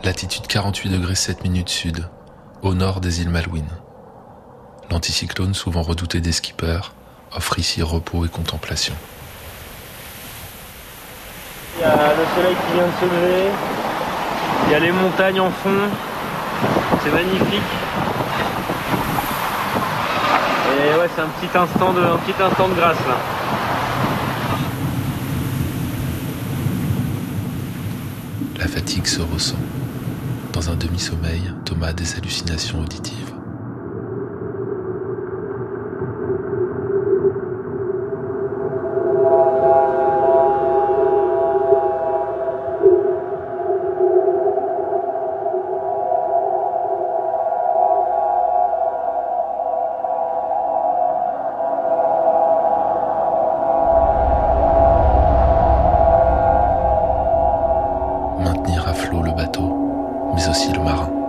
Latitude 48°7' sud, au nord des îles Malouines. L'anticyclone, souvent redouté des skippers, offre ici repos et contemplation. Il y a le soleil qui vient de se lever, il y a les montagnes en fond, c'est magnifique. Et ouais, c'est un petit instant de grâce là. La fatigue se ressent. Dans un demi-sommeil, Thomas a des hallucinations auditives. Maintenir à flot le bateau, mais aussi le marin.